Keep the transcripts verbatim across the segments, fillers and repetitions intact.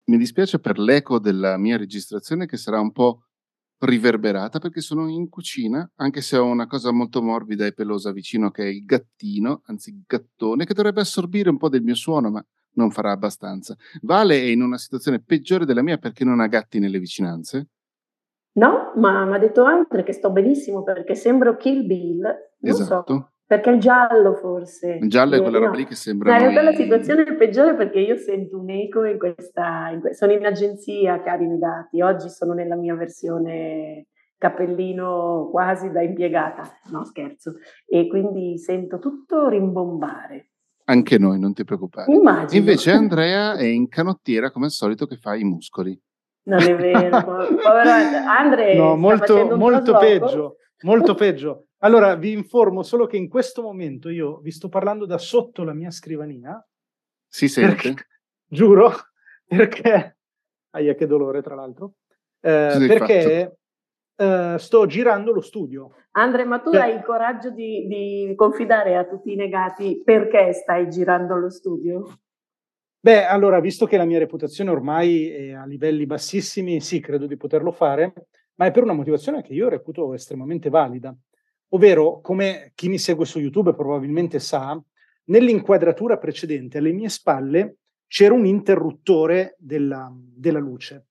Mi dispiace per l'eco della mia registrazione che sarà un po' riverberata perché sono in cucina, anche se ho una cosa molto morbida e pelosa vicino che è il gattino, anzi il gattone, che dovrebbe assorbire un po' del mio suono, ma non farà abbastanza. Vale è in una situazione peggiore della mia perché non ha gatti nelle vicinanze? No, ma m'ha detto Andre che sto benissimo perché sembro Kill Bill, non so, Esatto. perché il giallo Il forse. giallo è Mi quella roba no, lì che no, in sembrano realtà la i situazione è peggiore perché io sento un eco in questa in que sono in agenzia, cari miei dati. Oggi sono nella mia versione cappellino quasi da impiegata, no scherzo, e quindi sento tutto rimbombare. Anche noi, non ti preoccupare. E Immagino. invece Andrea è in canottiera come al solito che fa i muscoli. Non è vero, po povero And No, Andre sta molto, facendo un molto trasloco. peggio, molto peggio. Allora, vi informo solo che in questo momento io vi sto parlando da sotto la mia scrivania, Si perché, sente? giuro, perché, ahia che dolore tra l'altro, eh, Cosa hai fatto? perché eh, sto girando lo studio. Andre, ma tu Cioè, hai il coraggio di, di confidare a tutti i negati perché stai girando lo studio? Beh, allora, visto che la mia reputazione ormai è a livelli bassissimi, sì, credo di poterlo fare, ma è per una motivazione che io reputo estremamente valida. Ovvero, come chi mi segue su YouTube probabilmente sa, nell'inquadratura precedente alle mie spalle c'era un interruttore della, della luce.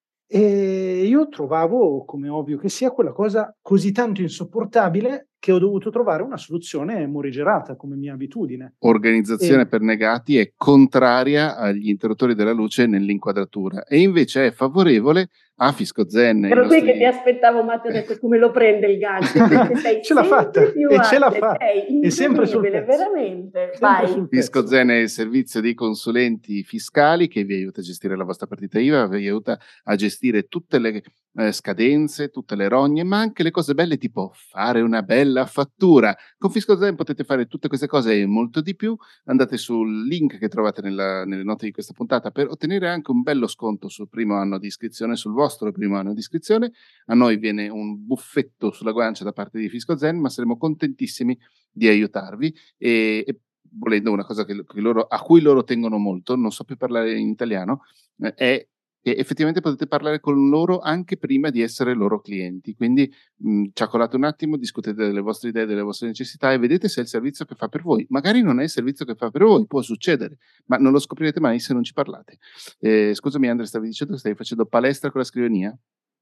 E io trovavo, come ovvio che sia, quella cosa così tanto insopportabile che ho dovuto trovare una soluzione morigerata, come mia abitudine. Organizzazione E per negati è contraria agli interruttori della luce nell'inquadratura e invece è favorevole a Fisco Zen, i Ero qui che ti nostri... aspettavo, Matteo, ho detto come lo prende il gancio, perché sei ce l'ha sempre fatta, più e ce l'ha alto, fatta, sei è sempre sul incredibile, pezzo, veramente. sempre Vai. sul Fisco pezzo. Zen è il servizio di consulenti fiscali che vi aiuta a gestire la vostra partita I V A, vi aiuta a gestire tutte le eh, scadenze, tutte le rogne, ma anche le cose belle tipo fare una bella fattura. Con Fisco Zen potete fare tutte queste cose e molto di più. Andate sul link che trovate nella, nelle note di questa puntata per ottenere anche un bello sconto sul primo anno di iscrizione, sul vostro primo anno di iscrizione. A noi viene un buffetto sulla guancia da parte di Fisco Zen, ma saremo contentissimi di aiutarvi e, e volendo una cosa che, che loro, a cui loro tengono molto, non so più parlare in italiano, eh, è che effettivamente potete parlare con loro anche prima di essere loro clienti. Quindi mh, ciaccolate un attimo, discutete delle vostre idee, delle vostre necessità e vedete se è il servizio che fa per voi. Magari non è il servizio che fa per voi, può succedere, ma non lo scoprirete mai se non ci parlate. Eh, scusami Andre, stavi dicendo che stavi facendo palestra con la scrivania?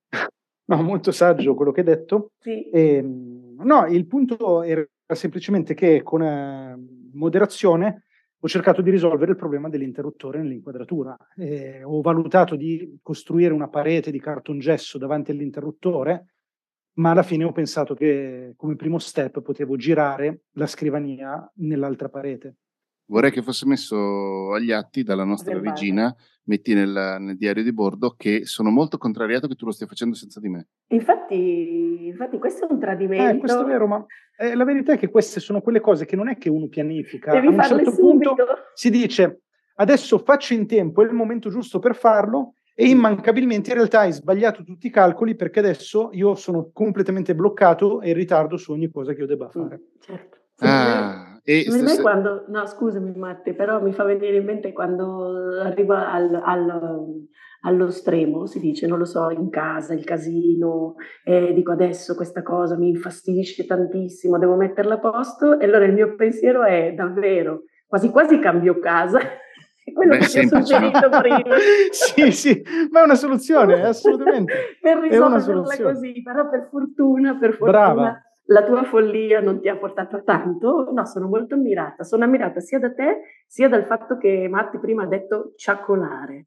No, molto saggio quello che hai detto. Sì. E, no, il punto era semplicemente che con eh, moderazione ho cercato di risolvere il problema dell'interruttore nell'inquadratura. E ho valutato di costruire una parete di cartongesso davanti all'interruttore, ma alla fine ho pensato che come primo step potevo girare la scrivania nell'altra parete. Vorrei che fosse messo agli atti dalla nostra regina, metti nel, nel diario di bordo, che sono molto contrariato che tu lo stia facendo senza di me. Infatti, infatti questo è un Eh, tradimento. questo è vero, ma eh, la verità è che queste sono quelle cose che non è che uno pianifica. Devi A un farle certo subito. punto si dice adesso faccio in tempo, è il momento giusto per farlo e immancabilmente in realtà hai sbagliato tutti i calcoli perché adesso io sono completamente bloccato e in ritardo su ogni cosa che io debba fare. Mm, certo. Ah, e Secondo me quando, no scusami Matte, però mi fa venire in mente quando arriva al, al, allo stremo, si dice, non lo so, in casa, il casino, e dico adesso questa cosa mi infastidisce tantissimo, devo metterla a posto, e allora il mio pensiero è davvero, quasi quasi cambio casa, quello beh, che ti ho semplice, no? suggerito prima. Sì, sì, ma è una soluzione, assolutamente. Per È una risolverla soluzione. così, però per fortuna, per fortuna Brava. la tua follia non ti ha portato a tanto. No, sono molto ammirata. Sono ammirata sia da te, sia dal fatto che Matti prima ha detto ciaccolare.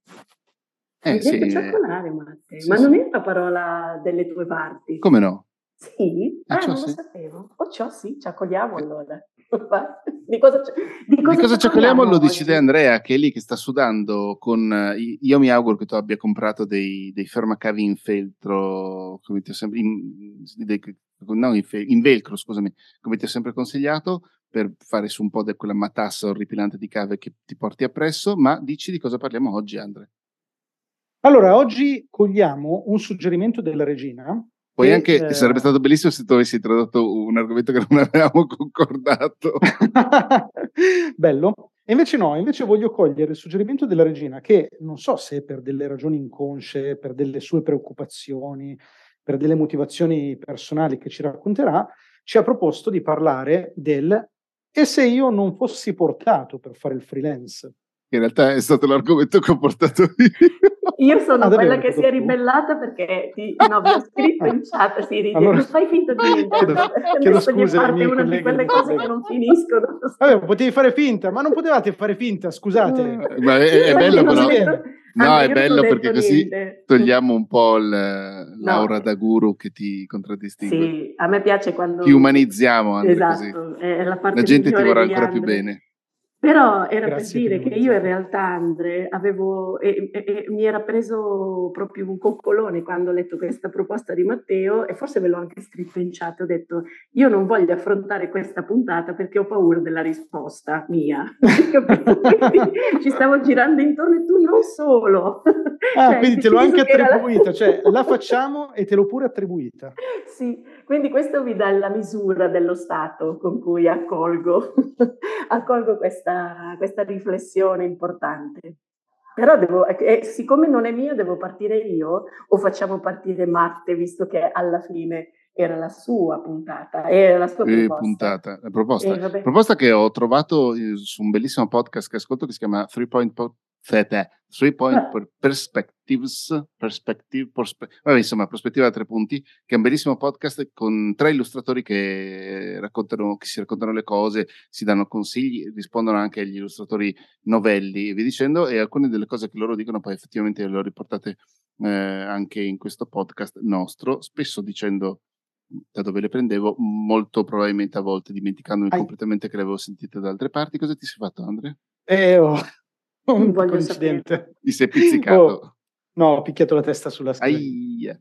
Eh Hai sì, detto eh, ciaccolare, Matti, sì, ma non sì. è una parola delle tue parti. Come no? Sì? Eh, Ah, ciò non lo sì. sapevo. O ciò sì, ciacoliamo Eh, allora. Di cosa, di Di cosa cosa cioccoliamo lo ciacoliamo decide oggi? Andrea, che è lì che sta sudando con... eh, io mi auguro che tu abbia comprato dei, dei fermacavi in feltro, come ti ho sempre... In, dei, no, in, fe, in velcro, scusami, come ti ho sempre consigliato, per fare su un po' di quella matassa orripilante di cave che ti porti appresso, ma dici di cosa parliamo oggi, Andrea. Allora, oggi cogliamo un suggerimento della regina Poi che... anche sarebbe Eh... stato bellissimo se tu avessi introdotto un argomento che non avevamo concordato. Bello. E invece no, invece voglio cogliere il suggerimento della regina che, non so se per delle ragioni inconsce, per delle sue preoccupazioni, per delle motivazioni personali che ci racconterà, ci ha proposto di parlare del "e se io non fossi portato per fare il freelance?" In realtà è stato l'argomento che ho portato io. Io sono Ah, quella davvero? che si è ribellata perché ti, no, vi ho scritto in chat, si ride, Allora- non fai finta di niente. Chiedo- chiedo Adesso gli scusa ai parte miei una di colleghi quelle e cose colleghe. che non finiscono. Vabbè, potevi fare finta, ma non potevate fare finta, scusate. Eh, ma è, è Io bello non ho però. detto- No, Andrea, è io non ho bello detto perché così niente. togliamo un po' il- l'aura No. da guru che ti contraddistingue. Sì, a me piace quando... Ti umanizziamo, Andre, così. Esatto, è la parte La gente ti migliore vorrà di ancora più Andre. bene. Però era Grazie per per dire che io in l'umanizzare. realtà, Andre, avevo e, e- e mi era preso proprio un coccolone quando ho letto questa proposta di Matteo, e forse ve l'ho anche scritto in chat. Ho detto: io non voglio affrontare questa puntata perché ho paura della risposta mia. Capito? Quindi ci stavo girando intorno, e tu non solo. Ah, Cioè, quindi te l'ho deciso anche che era la- attribuita, cioè la facciamo e te l'ho pure attribuita. Sì, quindi questo vi dà la misura dello stato con cui accolgo, accolgo questa, questa riflessione importante. Però devo, eh, siccome non è mia, devo partire io, o facciamo partire Matte, visto che alla fine era la sua puntata, era la sua Eh, proposta. puntata, la proposta. Eh, vabbè. proposta che ho trovato eh, su un bellissimo podcast che ascolto che si chiama Three Point, po- Three Point Ah. per- Perspectives, Perspective, perspe- vabbè, insomma, prospettiva a tre punti, che è un bellissimo podcast con tre illustratori che raccontano, che si raccontano le cose, si danno consigli, rispondono anche agli illustratori novelli e via dicendo, e alcune delle cose che loro dicono poi effettivamente le ho riportate eh, anche in questo podcast nostro, spesso dicendo da dove le prendevo, molto probabilmente a volte dimenticandomi Ai. completamente che le avevo sentite da altre parti. Cosa ti sei fatto, Andre? Eh, oh, un Non piccolo voglio incidente. Ti sei pizzicato? Oh, no, ho picchiato la testa sulla scrivania. Aia.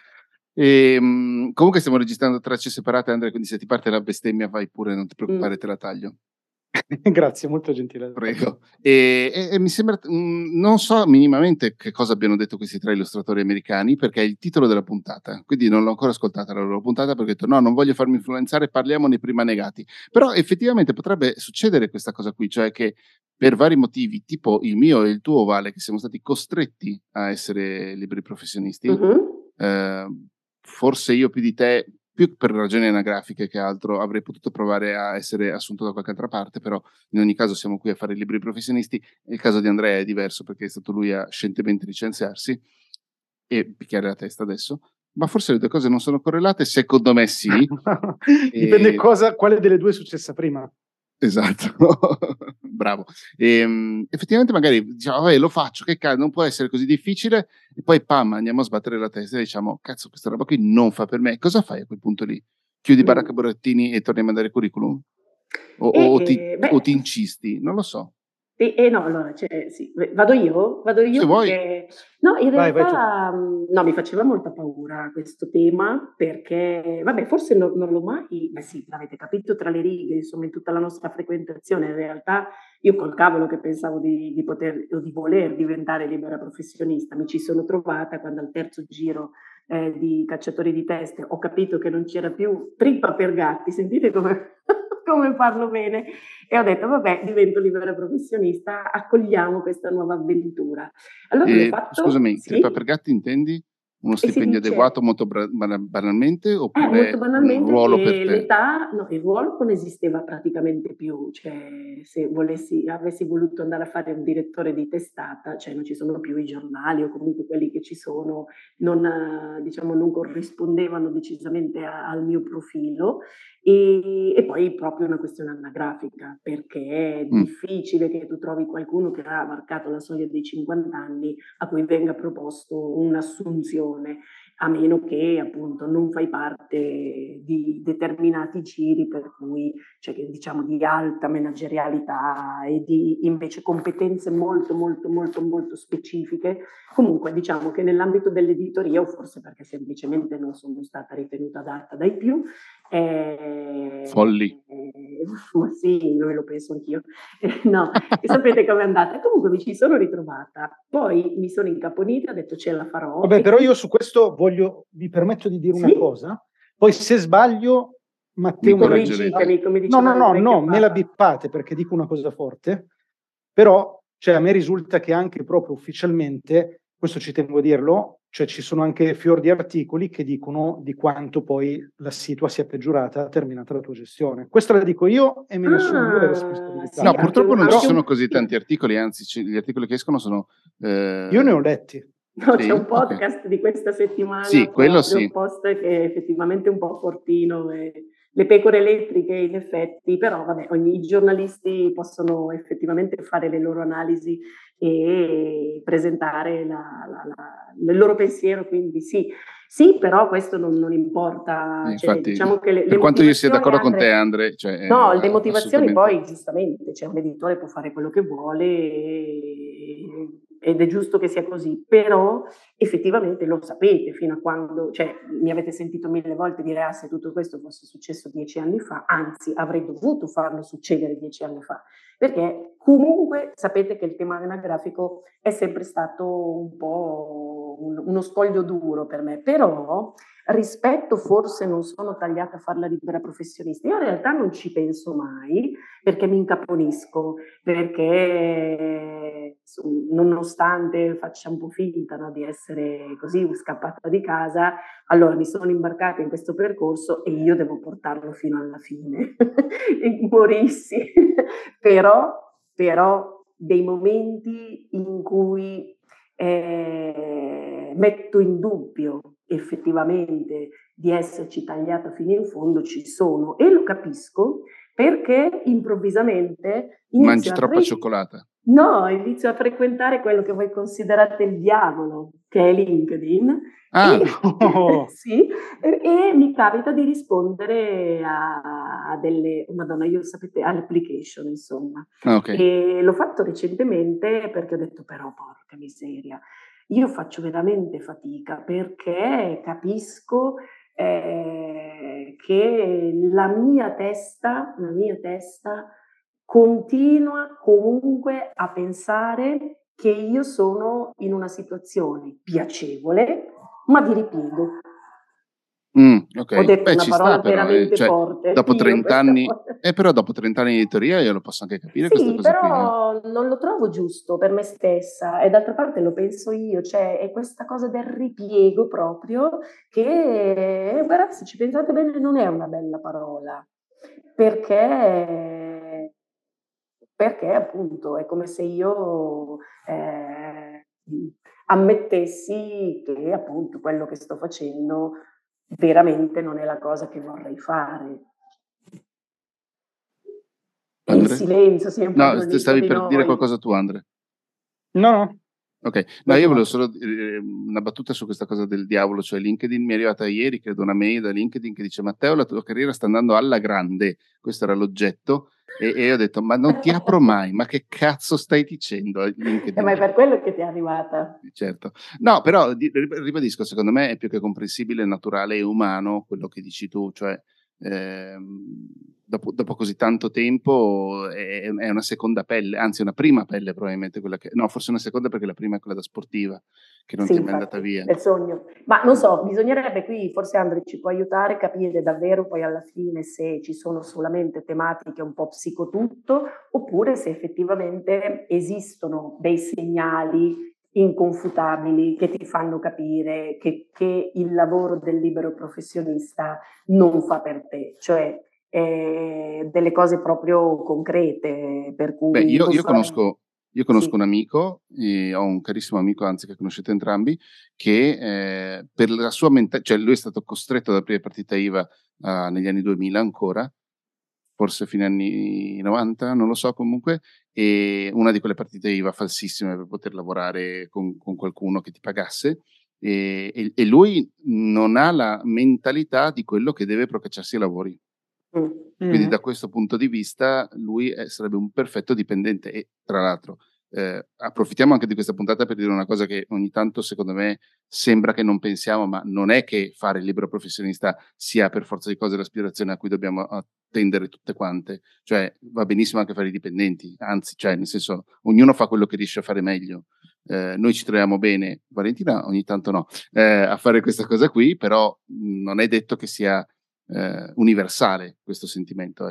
Ehm, comunque stiamo registrando tracce separate, Andre, quindi se ti parte la bestemmia vai pure, non ti preoccupare, Mm. te la taglio. Grazie, molto gentile. Prego. E, e- e mi sembra, mh, non so minimamente che cosa abbiano detto questi tre illustratori americani, perché è il titolo della puntata, quindi non l'ho ancora ascoltata la loro puntata, perché ho detto no, non voglio farmi influenzare, parliamone prima negati. Però effettivamente potrebbe succedere questa cosa qui, cioè che per vari motivi, tipo il mio e il tuo, Vale, che siamo stati costretti a essere liberi professionisti, Mhm. eh, forse io più di te, più per ragioni anagrafiche che altro, avrei potuto provare a essere assunto da qualche altra parte, però in ogni caso siamo qui a fare i libri professionisti. Il caso di Andrea è diverso perché è stato lui a scientemente licenziarsi e picchiare la testa adesso, ma forse le due cose non sono correlate, secondo me sì. Dipende E- cosa, quale delle due è successa prima. Esatto, bravo. E, effettivamente magari diciamo, vabbè, lo faccio, che cazzo, non può essere così difficile, e poi pam, andiamo a sbattere la testa e diciamo, cazzo, questa roba qui non fa per me. Cosa fai a quel punto lì? Chiudi Mm. baracca burattini e torni a mandare curriculum? O, E, o ti, eh, beh, o ti incisti? Non lo so. E, e no, allora, cioè, sì, vado io? Vado io Se vuoi. perché... No, in Vai, vai tu. realtà mh, no, mi faceva molta paura questo tema perché, vabbè, forse non, non l'ho mai... Beh sì, l'avete capito tra le righe, insomma, in tutta la nostra frequentazione. In realtà io col cavolo che pensavo di, di poter o di voler diventare libera professionista. Mi ci sono trovata quando al terzo giro eh, di Cacciatori di Teste ho capito che non c'era più trippa per gatti. Sentite come... come parlo bene, e ho detto vabbè, divento libera professionista, accogliamo questa nuova avventura. Allora l'ho E, fatto, scusami, sì, trippa per gatti intendi? Uno e si stipendio dice, adeguato molto bra- bana- banalmente eh, oppure molto un banalmente ruolo che per te? l'età, no, il ruolo non esisteva praticamente più, cioè se volessi, avessi voluto andare a fare un direttore di testata, cioè non ci sono più i giornali o comunque quelli che ci sono, non, eh, diciamo, non corrispondevano decisamente a- al mio profilo. E, e poi proprio una questione anagrafica, perché è Mm. difficile che tu trovi qualcuno che ha marcato la soglia dei cinquanta anni a cui venga proposto un'assunzione, a meno che appunto non fai parte di determinati giri per cui, cioè, diciamo, di alta managerialità e di invece competenze molto molto molto molto specifiche. Comunque diciamo che nell'ambito dell'editoria, o forse perché semplicemente non sono stata ritenuta adatta dai più, eh, Folli. eh, ma sì, io lo penso anch'io. Eh, no, e sapete com'è andata? Comunque mi ci sono ritrovata, poi mi sono incaponita, ho detto ce la farò. Vabbè, e però quindi- io su questo voglio, vi permetto di dire una Sì? cosa, poi se sbaglio, Matteo Mi me la correggerete. bippa. Corriggitemi, come No, diceva no, il no, vecchio no, me la Papa. bippate perché dico una cosa forte. Però, cioè, a me risulta che anche proprio ufficialmente, questo ci tengo a dirlo, cioè ci sono anche fior di articoli che dicono di quanto poi la situa sia peggiorata terminata la tua gestione. Questo la dico io e me ne assumo io le Ah, responsabilità. sì, No, anche purtroppo un, non ci anche sono un, così sì. tanti articoli, anzi ci- gli articoli che escono sono... eh, Io ne ho letti. No, c'è Sì? un Ok. podcast di questa settimana, Sì, quello proprio sì. un post che è effettivamente un po' fortino, e le pecore elettriche in effetti, però vabbè, ogni, i giornalisti possono effettivamente fare le loro analisi e presentare la- la- la- il loro pensiero, quindi sì, sì, però questo non, non importa, Eh, cioè, Infatti, diciamo che le, le per quanto io sia motivazioni, d'accordo con te, Andre, Andre, cioè, no, eh, le motivazioni assolutamente. poi giustamente, cioè un editore può fare quello che vuole e- ed è giusto che sia così, però effettivamente lo sapete fino a quando, cioè mi avete sentito mille volte dire ah, se tutto questo fosse successo dieci anni fa, anzi avrei dovuto farlo succedere dieci anni fa, perché comunque sapete che il tema anagrafico è sempre stato un po' un- uno scoglio duro per me, però rispetto forse non sono tagliata a fare la libera professionista, io in realtà non ci penso mai perché mi incaponisco, perché nonostante faccia un po' finta, no, di essere così scappata di casa, allora mi sono imbarcata in questo percorso e io devo portarlo fino alla fine e morissi, però, però dei momenti in cui eh, metto in dubbio effettivamente di esserci tagliata fino in fondo ci sono e lo capisco perché improvvisamente Mangi inizio a, troppa fre- cioccolata. no, inizio a frequentare quello che voi considerate il diavolo, che è LinkedIn, Ah, e, Oh, sì, e, e mi capita di rispondere a, a delle, oh Madonna, io sapete, alle application, insomma. ah, ok. E l'ho fatto recentemente perché ho detto, però, porca miseria, io faccio veramente fatica perché capisco eh, che la mia testa, la mia testa continua comunque a pensare che io sono in una situazione piacevole, ma di ripiego. Mm, Ho ok. detto Beh, una ci sta parola però, eh, veramente cioè, forte, dopo io trenta questa anni, volta. eh, però dopo trenta anni di editoria io lo posso anche capire questa Sì, cosa qui, eh. però non lo trovo giusto per me stessa e d'altra parte lo penso io, cioè è questa cosa del ripiego proprio che, guarda, se ci pensate bene non è una bella parola, perché, perché appunto è come se io eh, ammettessi che appunto quello che sto facendo veramente non è la cosa che vorrei fare. E il Andre? silenzio si è No, st- impadronito stavi di per dire noi. qualcosa tu, Andre. no, no, Ok, no, io prego volevo Marco. solo dire eh, una battuta su questa cosa del diavolo, cioè LinkedIn. Mi è arrivata ieri, credo, una mail da LinkedIn che dice Matteo, la tua carriera sta andando alla grande, questo era l'oggetto, e, e io ho detto, ma non ti apro mai, ma che cazzo stai dicendo a Eh, LinkedIn? ma è per quello che ti è arrivata. Certo, no, però di- ribadisco, secondo me è più che comprensibile, naturale e umano quello che dici tu, cioè ehm, dopo, dopo così tanto tempo è, è una seconda pelle, anzi una prima pelle probabilmente quella che, no, forse una seconda perché la prima è quella da sportiva, che non Sì, ti è mai andata infatti, via. è il sogno. Ma non so, bisognerebbe qui, forse Andre ci può aiutare a capire davvero poi alla fine se ci sono solamente tematiche un po' psicotutto oppure se effettivamente esistono dei segnali inconfutabili che ti fanno capire che, che il lavoro del libero professionista non fa per te, cioè eh, delle cose proprio concrete per Beh, cui io, non io solamente... conosco, io conosco Sì. un amico, eh, ho un carissimo amico, anzi che conoscete entrambi, che eh, per la sua mentalità, cioè lui è stato costretto ad aprire partita I V A eh, negli anni duemila ancora, forse fine anni novanta, non lo so comunque, e una di quelle partite I V A falsissime per poter lavorare con, con qualcuno che ti pagasse, e, e, e lui non ha la mentalità di quello che deve procacciarsi i lavori. Mm. Quindi Mhm. da questo punto di vista lui è, sarebbe un perfetto dipendente e tra l'altro eh, approfittiamo anche di questa puntata per dire una cosa che ogni tanto secondo me sembra che non pensiamo, ma non è che fare il libero professionista sia per forza di cose l'aspirazione a cui dobbiamo attendere tutte quante, cioè va benissimo anche fare i dipendenti, anzi, cioè nel senso ognuno fa quello che riesce a fare meglio. Eh, noi ci troviamo bene, Valentina ogni tanto no, eh, a fare questa cosa qui, però mh, non è detto che sia eh, universale questo sentimento, ecco.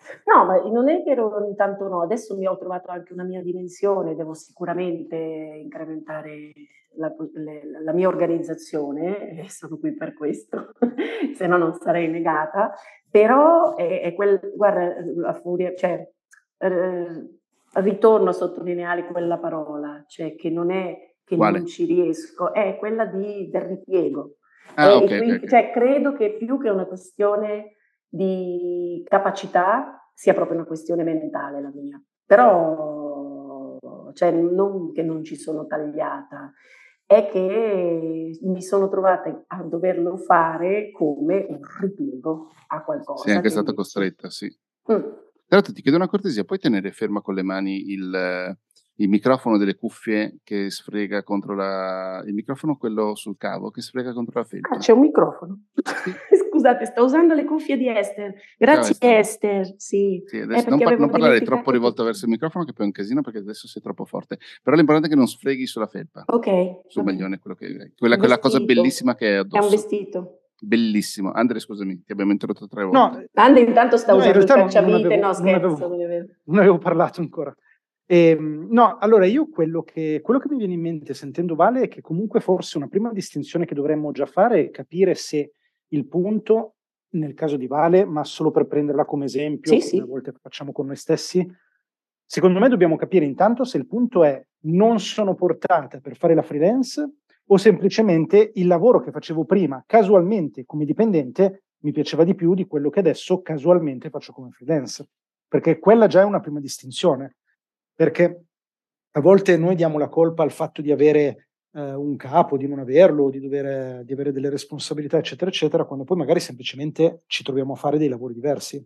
No, ma non è vero ogni tanto no, adesso mi ho trovato anche una mia dimensione, devo sicuramente incrementare la, po- le- la mia organizzazione, e sono qui per questo, se no non sarei negata, però è, è quel, guarda, la furia, cioè, eh, ritorno a sottolineare quella parola, cioè che non è che non Quale? ci riesco, è quella di, del ripiego. Ah, E, ok, e ok, quindi, ok. cioè, credo che più che una questione di capacità sia proprio una questione mentale la mia. Però, cioè, non che non ci sono tagliata, è che mi sono trovata a doverlo fare come un ripiego a Sei qualcosa anche che stata invece... costretta, sì. Mm. Tra l'altro ti chiedo una cortesia, puoi tenere ferma con le mani il, eh, il microfono delle cuffie che sfrega contro la... il microfono quello sul cavo che sfrega contro la Ah, felpa? c'è un microfono. Sì. Scusate, sto usando le cuffie di Esther. Ciao Grazie Esther. Esther, sì, Sì, è adesso non, perché par- avevo non parlare troppo dimenticato rivolto tutto. verso il microfono che poi è un casino perché adesso sei troppo forte. Però l'importante è che non sfreghi sulla felpa, Ok, sul va bene. maglione, quello che, quella, Un quella cosa vestito, bellissima che è è un addosso. vestito. Bellissimo. Andre, scusami, ti abbiamo interrotto tre No, volte. Ande intanto sta no, in usando il realtà non, non cacciavite, avevo, no non scherzo, avevo, non è vero. non avevo parlato ancora. Ehm, no, allora io quello che, quello che mi viene in mente sentendo Vale è che comunque forse una prima distinzione che dovremmo già fare è capire se il punto, nel caso di Vale, ma solo per prenderla come esempio, Sì, come a sì. volte facciamo con noi stessi, secondo me dobbiamo capire intanto se il punto è non sono portata per fare la freelance o semplicemente il lavoro che facevo prima casualmente come dipendente mi piaceva di più di quello che adesso casualmente faccio come freelance. Perché quella già è una prima distinzione. Perché a volte noi diamo la colpa al fatto di avere eh, un capo, di non averlo, di, dover, di avere delle responsabilità, eccetera, eccetera, quando poi magari semplicemente ci troviamo a fare dei lavori diversi.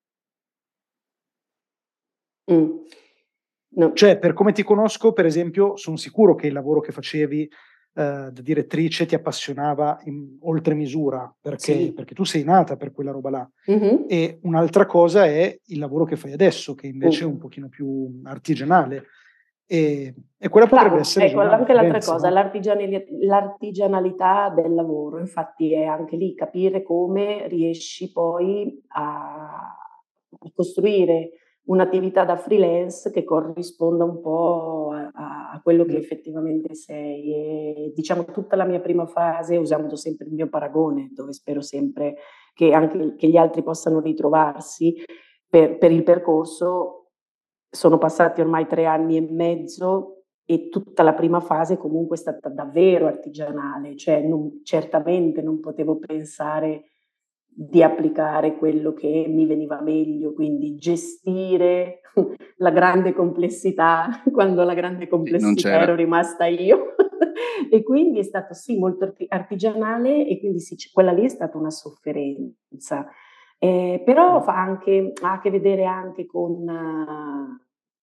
Mm. No. Cioè, per come ti conosco, per esempio, sono sicuro che il lavoro che facevi eh, da direttrice ti appassionava in, oltre misura, perché, Sì. perché tu sei nata per quella roba là. Mhm. E un'altra cosa è il lavoro che fai adesso, che invece è un Mm. pochino più artigianale. E, e quella potrebbe Bravo, essere già ecco, una anche l'altra differenza, cosa, no? l'artigianali- l'artigianalità del lavoro, infatti è anche lì capire come riesci poi a, a costruire un'attività da freelance che corrisponda un po' a, a- a quello che Mm. effettivamente sei. E, diciamo, tutta la mia prima fase, usando sempre il mio paragone, dove spero sempre che anche che gli altri possano ritrovarsi per, per il percorso, sono passati ormai tre anni e mezzo e tutta la prima fase comunque è stata davvero artigianale, cioè non, certamente non potevo pensare di applicare quello che mi veniva meglio, quindi gestire la grande complessità quando la grande Sì, non complessità c'era. ero rimasta io. E quindi è stato sì molto artigianale e quindi sì, quella lì è stata una sofferenza. Eh, però fa anche, ha a che vedere anche con, uh,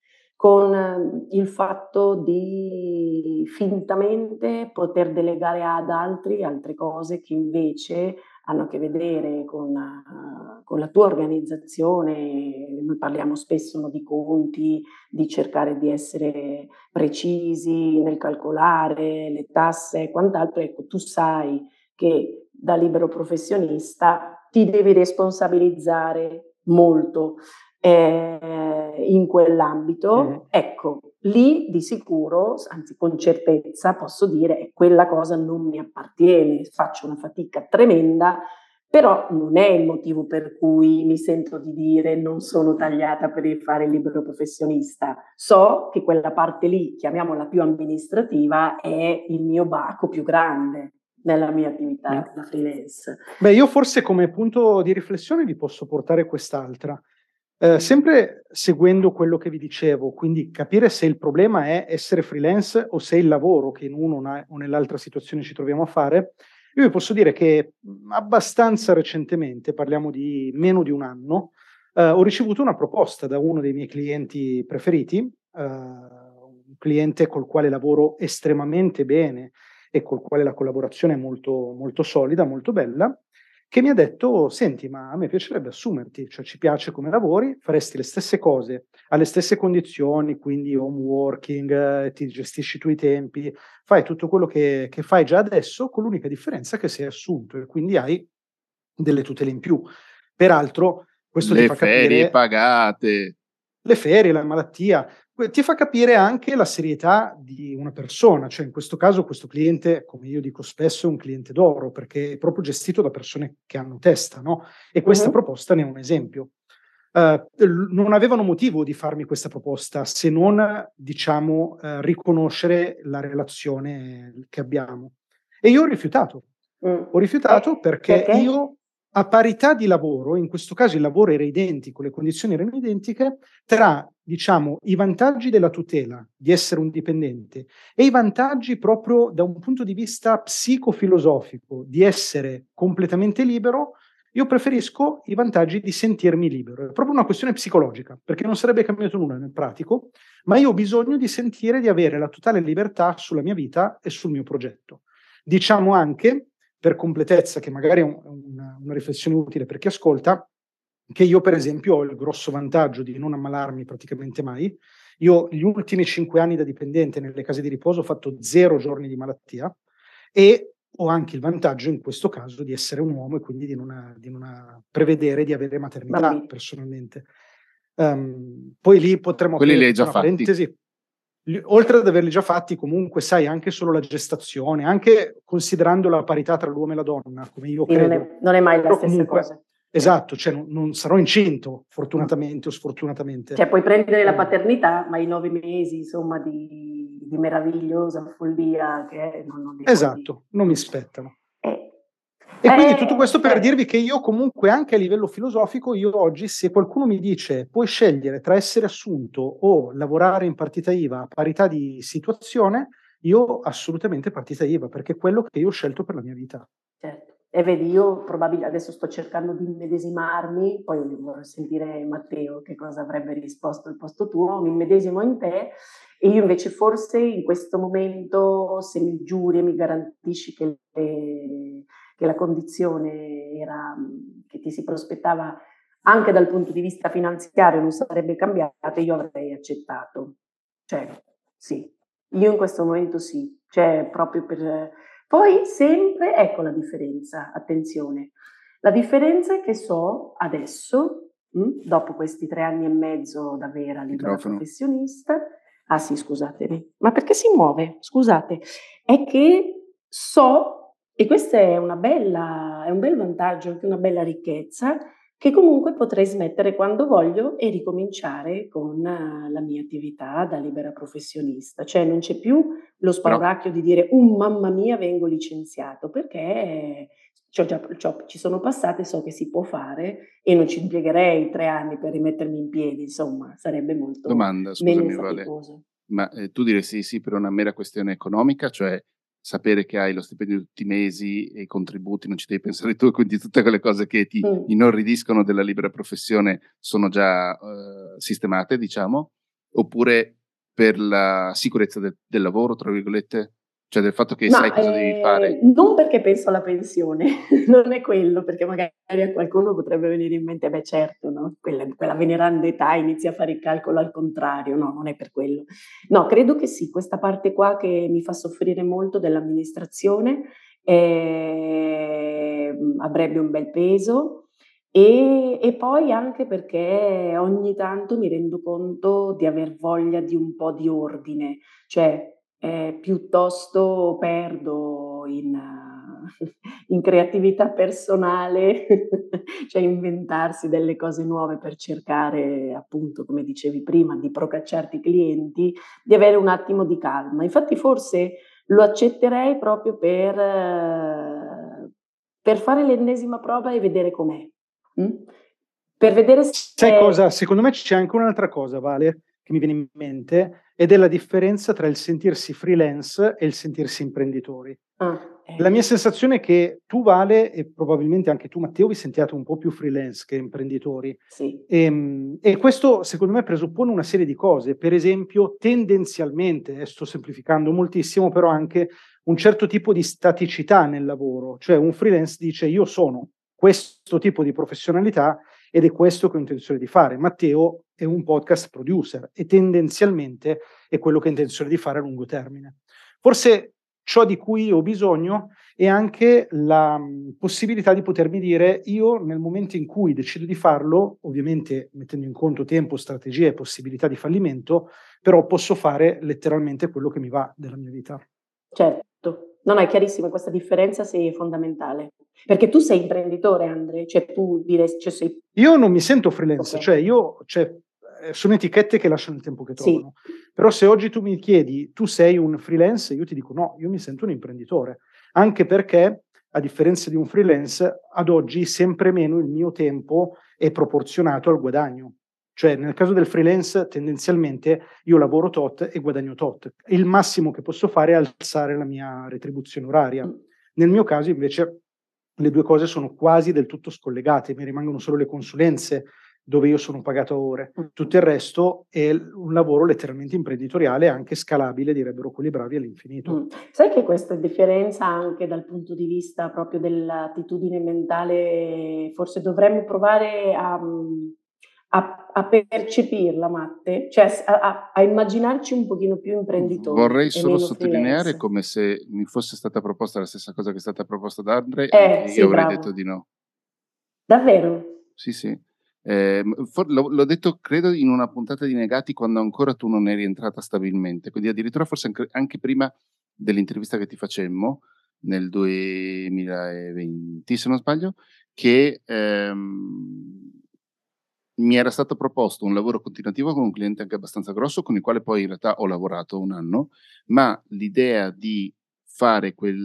con il fatto di fintamente poter delegare ad altri altre cose che invece hanno a che vedere con, uh, con la tua organizzazione. Noi parliamo spesso no, di conti, di cercare di essere precisi nel calcolare le tasse e quant'altro. Ecco, tu sai che da libero professionista ti devi responsabilizzare molto eh, in quell'ambito. Mm. Ecco, lì di sicuro, anzi con certezza posso dire che quella cosa non mi appartiene, faccio una fatica tremenda, però non è il motivo per cui mi sento di dire non sono tagliata per fare il libero professionista. So che quella parte lì, chiamiamola più amministrativa, è il mio baco più grande nella mia attività Mm. da freelance. Beh, io forse come punto di riflessione vi posso portare quest'altra. Eh, sempre seguendo quello che vi dicevo, quindi capire se il problema è essere freelance o se è il lavoro che in una o nell'altra situazione ci troviamo a fare, io vi posso dire che abbastanza recentemente, parliamo di meno di un anno, eh, ho ricevuto una proposta da uno dei miei clienti preferiti, eh, un cliente col quale lavoro estremamente bene e col quale la collaborazione è molto, molto solida, molto bella, che mi ha detto, senti, ma a me piacerebbe assumerti, cioè ci piace come lavori, faresti le stesse cose, alle stesse condizioni, quindi home working, eh, ti gestisci tu i tempi, fai tutto quello che, che fai già adesso, con l'unica differenza che sei assunto e quindi hai delle tutele in più. Peraltro, questo le ti fa ferie capire pagate, le ferie, la malattia, ti fa capire anche la serietà di una persona, cioè in questo caso questo cliente, come io dico spesso, è un cliente d'oro perché è proprio gestito da persone che hanno testa, no? E questa Mhm. proposta ne è un esempio. Uh, non avevano motivo di farmi questa proposta se non, diciamo, uh, riconoscere la relazione che abbiamo. E io ho rifiutato. Mm. Ho rifiutato Eh, perché, perché? io, a parità di lavoro, in questo caso il lavoro era identico, le condizioni erano identiche, tra, diciamo, i vantaggi della tutela di essere un dipendente e i vantaggi proprio da un punto di vista psicofilosofico di essere completamente libero, io preferisco i vantaggi di sentirmi libero. È proprio una questione psicologica, perché non sarebbe cambiato nulla nel pratico, ma io ho bisogno di sentire di avere la totale libertà sulla mia vita e sul mio progetto. Diciamo anche, per completezza, che magari è un, una, una riflessione utile per chi ascolta, che io per esempio ho il grosso vantaggio di non ammalarmi praticamente mai. Io gli ultimi cinque anni da dipendente nelle case di riposo ho fatto zero giorni di malattia e ho anche il vantaggio in questo caso di essere un uomo e quindi di non, di non prevedere di avere maternità Bambini. personalmente. Um, poi lì potremmo quelli li aprire hai già una fatti. parentesi. Oltre ad averli già fatti, comunque sai anche solo la gestazione, anche considerando la parità tra l'uomo e la donna, come io Sì, non credo. è, non è mai la Però stessa comunque, cosa. esatto, cioè non, non sarò incinto, fortunatamente Mm. o sfortunatamente. Cioè puoi prendere la Eh, paternità, ma i nove mesi, insomma, di, di meravigliosa follia che è, non, non li esatto, puoi... non mi spettano. Eh, E quindi tutto questo eh, per eh. dirvi che io comunque anche a livello filosofico, io oggi se qualcuno mi dice puoi scegliere tra essere assunto o lavorare in partita I V A a parità di situazione, io assolutamente partita I V A perché è quello che io ho scelto per la mia vita. Certo. E vedi, io probabilmente adesso sto cercando di immedesimarmi, poi vorrei sentire Matteo che cosa avrebbe risposto al posto tuo, mi immedesimo in te e io invece forse in questo momento se mi giuri e mi garantisci che, le, che la condizione era, che ti si prospettava anche dal punto di vista finanziario non sarebbe cambiata, io avrei accettato. Cioè, sì, io in questo momento sì, cioè proprio per... Poi sempre, ecco la differenza, attenzione, la differenza è che so adesso, mh, dopo questi tre anni e mezzo da vera libera Microfono. professionista, ah sì scusatemi, ma perché si muove? Scusate, è che so, e questo è una bella, è un bel vantaggio, anche una bella ricchezza, che comunque potrei smettere quando voglio e ricominciare con la mia attività da libera professionista. Cioè non c'è più lo spauracchio di dire oh mamma mia vengo licenziato, perché c'ho già, c'ho, ci sono passate, so che si può fare e non ci impiegherei tre anni per rimettermi in piedi, insomma sarebbe molto Domanda, meno scusami Vale, faticoso. ma eh, tu diresti sì per una mera questione economica, cioè sapere che hai lo stipendio tutti i mesi e i contributi non ci devi pensare tu, quindi tutte quelle cose che ti Mm. inorridiscono della libera professione sono già uh, sistemate, diciamo, oppure per la sicurezza del, del lavoro, tra virgolette, cioè del fatto che Ma, sai cosa eh, devi fare? Non perché penso alla pensione, non è quello, perché magari a qualcuno potrebbe venire in mente, beh certo, no? quella, quella veneranda età inizia a fare il calcolo al contrario, no, non è per quello. No, credo che sì, questa parte qua che mi fa soffrire molto dell'amministrazione eh, avrebbe un bel peso e, e poi anche perché ogni tanto mi rendo conto di aver voglia di un po' di ordine, cioè Eh, piuttosto perdo in, uh, in creatività personale, cioè inventarsi delle cose nuove per cercare, appunto, come dicevi prima, di procacciarti i clienti, di avere un attimo di calma. Infatti forse lo accetterei proprio per, uh, per fare l'ennesima prova e vedere com'è. Mm? Per vedere se... Sai cosa? Secondo me c'è anche un'altra cosa, Vale, che mi viene in mente, ed è la differenza tra il sentirsi freelance e il sentirsi imprenditori. Ah, eh. La mia sensazione è che tu, Vale, e probabilmente anche tu, Matteo, vi sentiate un po' più freelance che imprenditori. Sì. E, e questo, secondo me, presuppone una serie di cose. Per esempio, tendenzialmente, e sto semplificando moltissimo, però anche un certo tipo di staticità nel lavoro. Cioè un freelance dice io sono questo tipo di professionalità ed è questo che ho intenzione di fare. Matteo è un podcast producer e tendenzialmente è quello che ha intenzione di fare a lungo termine. Forse ciò di cui ho bisogno e anche la mh, possibilità di potermi dire io nel momento in cui decido di farlo, ovviamente mettendo in conto tempo, strategia e possibilità di fallimento, però posso fare letteralmente quello che mi va della mia vita. Certo. No, no, è chiarissima questa differenza, sì, è fondamentale. Perché tu sei imprenditore, Andre, cioè tu diresti, cioè sei... Io non mi sento freelance, Ok. cioè io, cioè, eh, sono etichette che lasciano il tempo che Sì. trovano. Però se oggi tu mi chiedi, tu sei un freelance, io ti dico no, io mi sento un imprenditore. Anche perché, a differenza di un freelance, ad oggi sempre meno il mio tempo è proporzionato al guadagno. Cioè, nel caso del freelance, tendenzialmente io lavoro tot e guadagno tot. Il massimo che posso fare è alzare la mia retribuzione oraria. Mm. Nel mio caso, invece, le due cose sono quasi del tutto scollegate, mi rimangono solo le consulenze dove io sono pagato a ore. Mm. Tutto il resto è un lavoro letteralmente imprenditoriale, anche scalabile, direbbero quelli bravi, all'infinito. Mm. Sai che questa differenza anche dal punto di vista proprio dell'attitudine mentale, forse dovremmo provare a, a, a percepirla, Matte, cioè a, a, a immaginarci un pochino più imprenditori Vorrei e solo meno sottolineare freelance. come se mi fosse stata proposta la stessa cosa che è stata proposta da Andre, Eh, anche sì, io avrei bravo. detto di no. Davvero? Sì, sì. Eh, for- l'ho, l'ho detto, credo, in una puntata di Negati quando ancora tu non eri entrata stabilmente, quindi addirittura forse anche, anche prima dell'intervista che ti facemmo nel duemilaventi, se non sbaglio, che ehm, mi era stato proposto un lavoro continuativo con un cliente anche abbastanza grosso, con il quale poi in realtà ho lavorato un anno, ma l'idea di fare quel...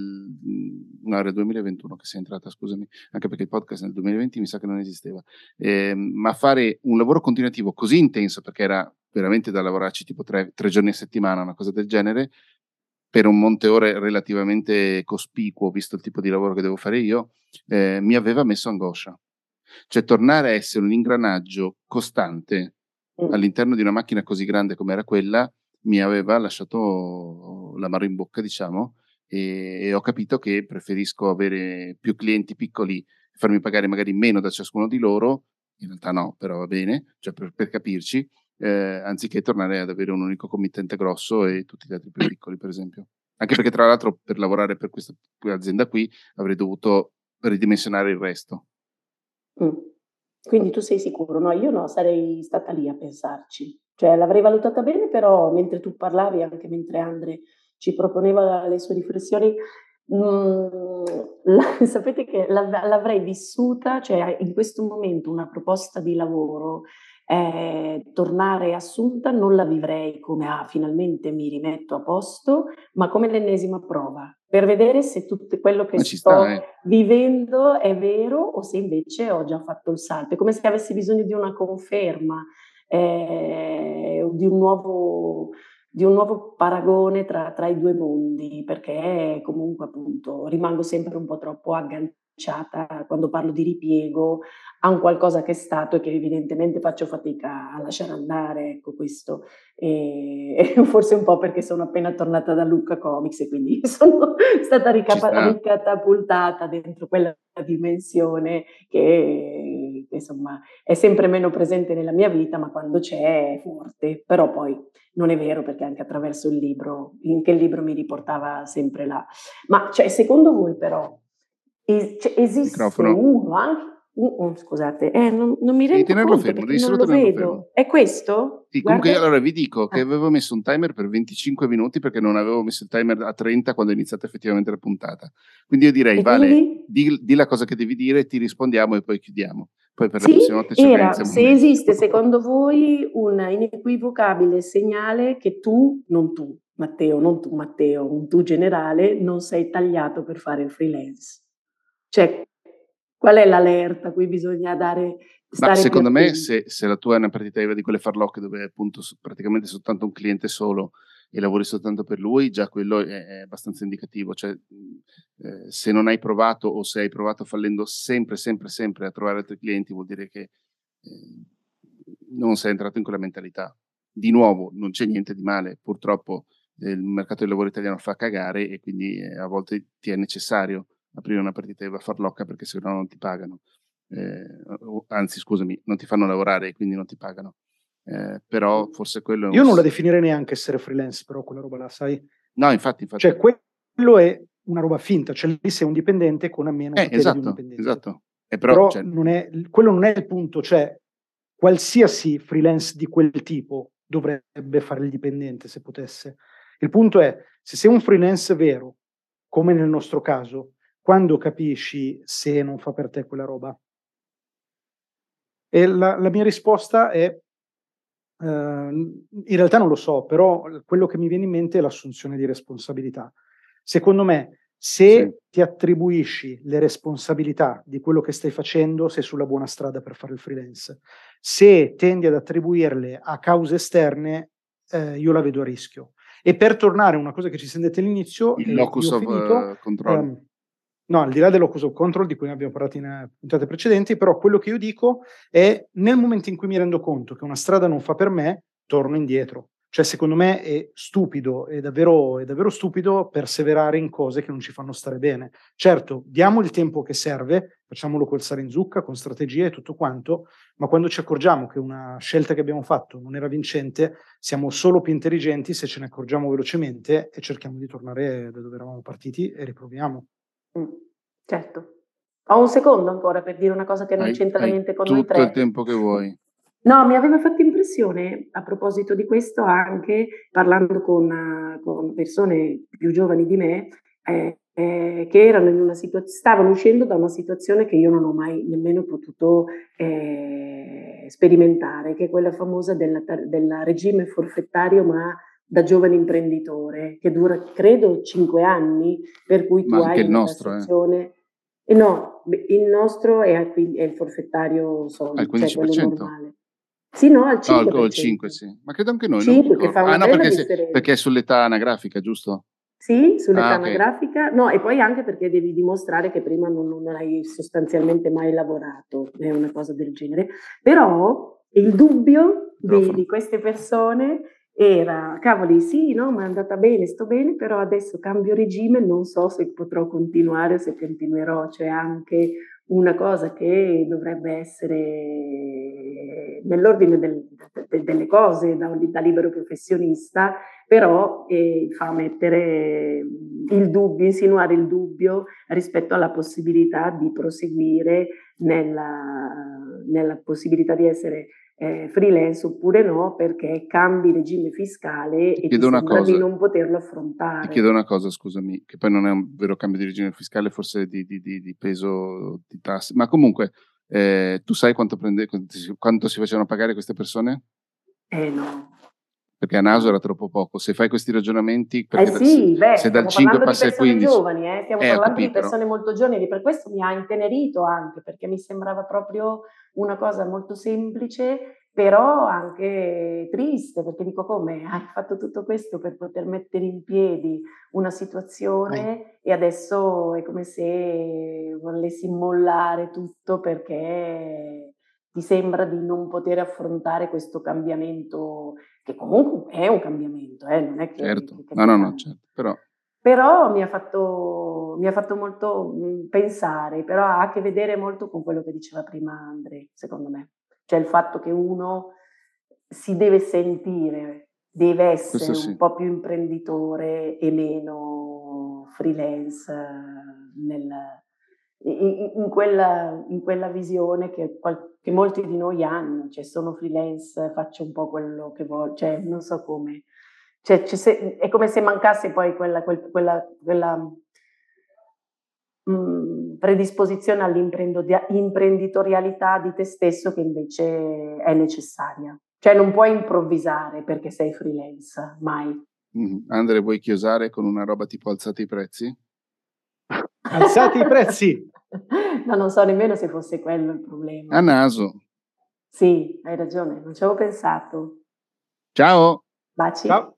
no, era il duemilaventuno che sei entrata, scusami, anche perché il podcast nel duemilaventi mi sa che non esisteva, eh, ma fare un lavoro continuativo così intenso, perché era veramente da lavorarci tipo tre, tre giorni a settimana, una cosa del genere, per un monte ore relativamente cospicuo, visto il tipo di lavoro che devo fare io, eh, mi aveva messo angoscia. Cioè tornare a essere un ingranaggio costante Mm. all'interno di una macchina così grande come era quella mi aveva lasciato l'amaro in bocca, diciamo, e, e ho capito che preferisco avere più clienti piccoli, farmi pagare magari meno da ciascuno di loro, in realtà no, però va bene, cioè per, per capirci, eh, anziché tornare ad avere un unico committente grosso e tutti gli altri più piccoli, per esempio. Anche perché tra l'altro per lavorare per questa azienda qui avrei dovuto ridimensionare il resto. Mm. Quindi tu sei sicuro? No, io no, sarei stata lì a pensarci. Cioè l'avrei valutata bene, però mentre tu parlavi, anche mentre Andre ci proponeva le sue riflessioni, mm, la, sapete che l'av- l'avrei vissuta, cioè in questo momento una proposta di lavoro, eh, tornare assunta, non la vivrei come ah, finalmente mi rimetto a posto, ma come l'ennesima prova, per vedere se tutto quello che Ma ci sto sta, eh. vivendo è vero o se invece ho già fatto il salto. È come se avessi bisogno di una conferma, eh, di un nuovo, di un nuovo paragone tra, tra i due mondi, perché comunque appunto rimango sempre un po' troppo agganciata quando parlo di ripiego a un qualcosa che è stato e che evidentemente faccio fatica a lasciare andare, ecco questo. E, e forse un po' perché sono appena tornata da Lucca Comics e quindi sono stata ricapa- ricatapultata dentro quella dimensione che, che insomma è sempre meno presente nella mia vita, ma quando c'è è forte. Però poi non è vero, perché anche attraverso il libro, in che il libro mi riportava sempre là. Ma cioè, secondo voi però es- cioè, esiste Microfono. uno anche... Uh, uh, scusate, eh, non, non mi Devi rendo tenerlo conto fermo, perché devi non solo lo tenerlo vedo. fermo. È questo? Sì, comunque io Guarda. allora vi dico che Ah. avevo messo un timer per venticinque minuti perché non avevo messo il timer a trenta quando è iniziata effettivamente la puntata. Quindi io direi, E Vale, quindi? di, di la cosa che devi dire, ti rispondiamo e poi chiudiamo. Poi per le Sì, prossime volte ci era organizziamo se meglio. esiste secondo voi un inequivocabile segnale che tu, non tu Matteo, non tu Matteo, un tu generale, non sei tagliato per fare il freelance. Cioè, qual è l'allerta a cui bisogna dare, Ma stare più secondo me attenti? se, se la tua è una partita IVA di quelle farlocche dove è appunto su- praticamente soltanto un cliente solo e lavori soltanto per lui, già quello è, è abbastanza indicativo. Cioè, mh, eh, se non hai provato o se hai provato fallendo sempre, sempre, sempre a trovare altri clienti, vuol dire che eh, non sei entrato in quella mentalità. Di nuovo, non c'è niente di male, purtroppo eh, il mercato del lavoro italiano fa cagare e quindi eh, a volte ti è necessario aprire una partita IVA farlocca perché se no non ti pagano. Eh, anzi, scusami, non ti fanno lavorare e quindi non ti pagano. Eh, però forse quello è un... Io non la definirei neanche essere freelance, però quella roba là, sai? No, infatti, infatti. Cioè, que- quello è una roba finta, cioè lì sei un dipendente con meno Eh, tutele di un esatto, dipendente. esatto. E però, Però cioè, non è, quello non è il punto, cioè qualsiasi freelance di quel tipo dovrebbe fare il dipendente se potesse. Il punto è, se sei un freelance vero, come nel nostro caso, quando capisci se non fa per te quella roba? E la, la mia risposta è, eh, in realtà non lo so, però quello che mi viene in mente è l'assunzione di responsabilità. Secondo me, se sì. ti attribuisci le responsabilità di quello che stai facendo, sei sulla buona strada per fare il freelance. Se tendi ad attribuirle a cause esterne, eh, io la vedo a rischio. E per tornare a una cosa che ci siamo detti all'inizio, Il e locus io ho of finito, uh, control. ehm, no, al di là del locus of control di cui ne abbiamo parlato in uh, puntate precedenti, però quello che io dico è nel momento in cui mi rendo conto che una strada non fa per me, torno indietro. Cioè, secondo me è stupido, è davvero, è davvero stupido perseverare in cose che non ci fanno stare bene. Certo, diamo il tempo che serve, facciamolo col sale in zucca, con strategie e tutto quanto, ma quando ci accorgiamo che una scelta che abbiamo fatto non era vincente, siamo solo più intelligenti se ce ne accorgiamo velocemente e cerchiamo di tornare da dove eravamo partiti e riproviamo. Mm, certo. Ho un secondo ancora per dire una cosa che non Hai, c'entra hai niente con noi tutto il tre. tempo che vuoi. No, mi aveva fatto impressione a proposito di questo anche parlando con, uh, con persone più giovani di me eh, eh, che erano in una situazione, stavano uscendo da una situazione che io non ho mai nemmeno potuto eh, sperimentare, che è quella famosa del regime forfettario ma da giovane imprenditore, che dura credo cinque anni, per cui tu Ma anche hai il una nostro, eh. tassazione. Eh no, il nostro è, è il forfettario Al solido, quindici cioè per quello cento? normale. Sì, no, al No, cinque al per cinque, cento. sì. Ma credo anche noi, non mi cinque, che fa ricordo. Ah, una no, bella perché, se, differenza. perché è sull'età anagrafica, giusto? Sì, sull'età Ah, ok. anagrafica. No, e poi anche perché devi dimostrare che prima non, non hai sostanzialmente mai lavorato, è una cosa del genere. Però il dubbio di, di queste persone era, cavoli, sì, no, ma è andata bene, sto bene, però adesso cambio regime, non so se potrò continuare, se continuerò. C'è anche una cosa che dovrebbe essere nell'ordine del, de, delle cose da, da libero professionista, però eh, fa mettere il dubbio, insinuare il dubbio rispetto alla possibilità di proseguire nella, nella possibilità di essere eh, freelance oppure no, perché cambi regime fiscale Ti e ti chiedo una sembra cosa. di non poterlo Ti affrontare. chiedo una cosa, scusami, che poi non è un vero cambio di regime fiscale, forse di, di, di, di peso di tasse, ma comunque eh, tu sai quanto, prende, quanto, si, quanto si facevano pagare queste persone? Eh no. Perché a naso era troppo poco. Se fai questi ragionamenti, Eh perché sì, se, beh, se dal stiamo cinque parlando di passa al persone quindici, giovani, eh? Stiamo eh, ho parlando di capito, persone molto giovani, per questo mi ha intenerito anche, perché mi sembrava proprio una cosa molto semplice, però anche triste, perché dico come hai fatto tutto questo per poter mettere in piedi una situazione e adesso è come se volessi mollare tutto perché ti sembra di non poter affrontare questo cambiamento, che comunque è un cambiamento, eh? Non è che, certo, che, che no, no, no, certo, però... Però mi ha fatto, mi ha fatto molto mh, pensare, però ha a che vedere molto con quello che diceva prima Andre, secondo me. Cioè il fatto che uno si deve sentire, deve essere Questo un sì. po' più imprenditore e meno freelance eh, nel, in, in, quella, in quella visione che, che molti di noi hanno, cioè sono freelance, faccio un po' quello che voglio, cioè non so come. Cioè, se, è come se mancasse poi quella, quel, quella, quella mh, predisposizione all'imprenditorialità di te stesso che invece è necessaria. Cioè non puoi improvvisare perché sei freelance, mai. Mm. Andre, vuoi chiosare con una roba tipo alzate i prezzi? Alzate i prezzi! No, non so nemmeno se fosse quello il problema. A naso. Sì, hai ragione, non ci avevo pensato. Ciao! Baci. Ciao!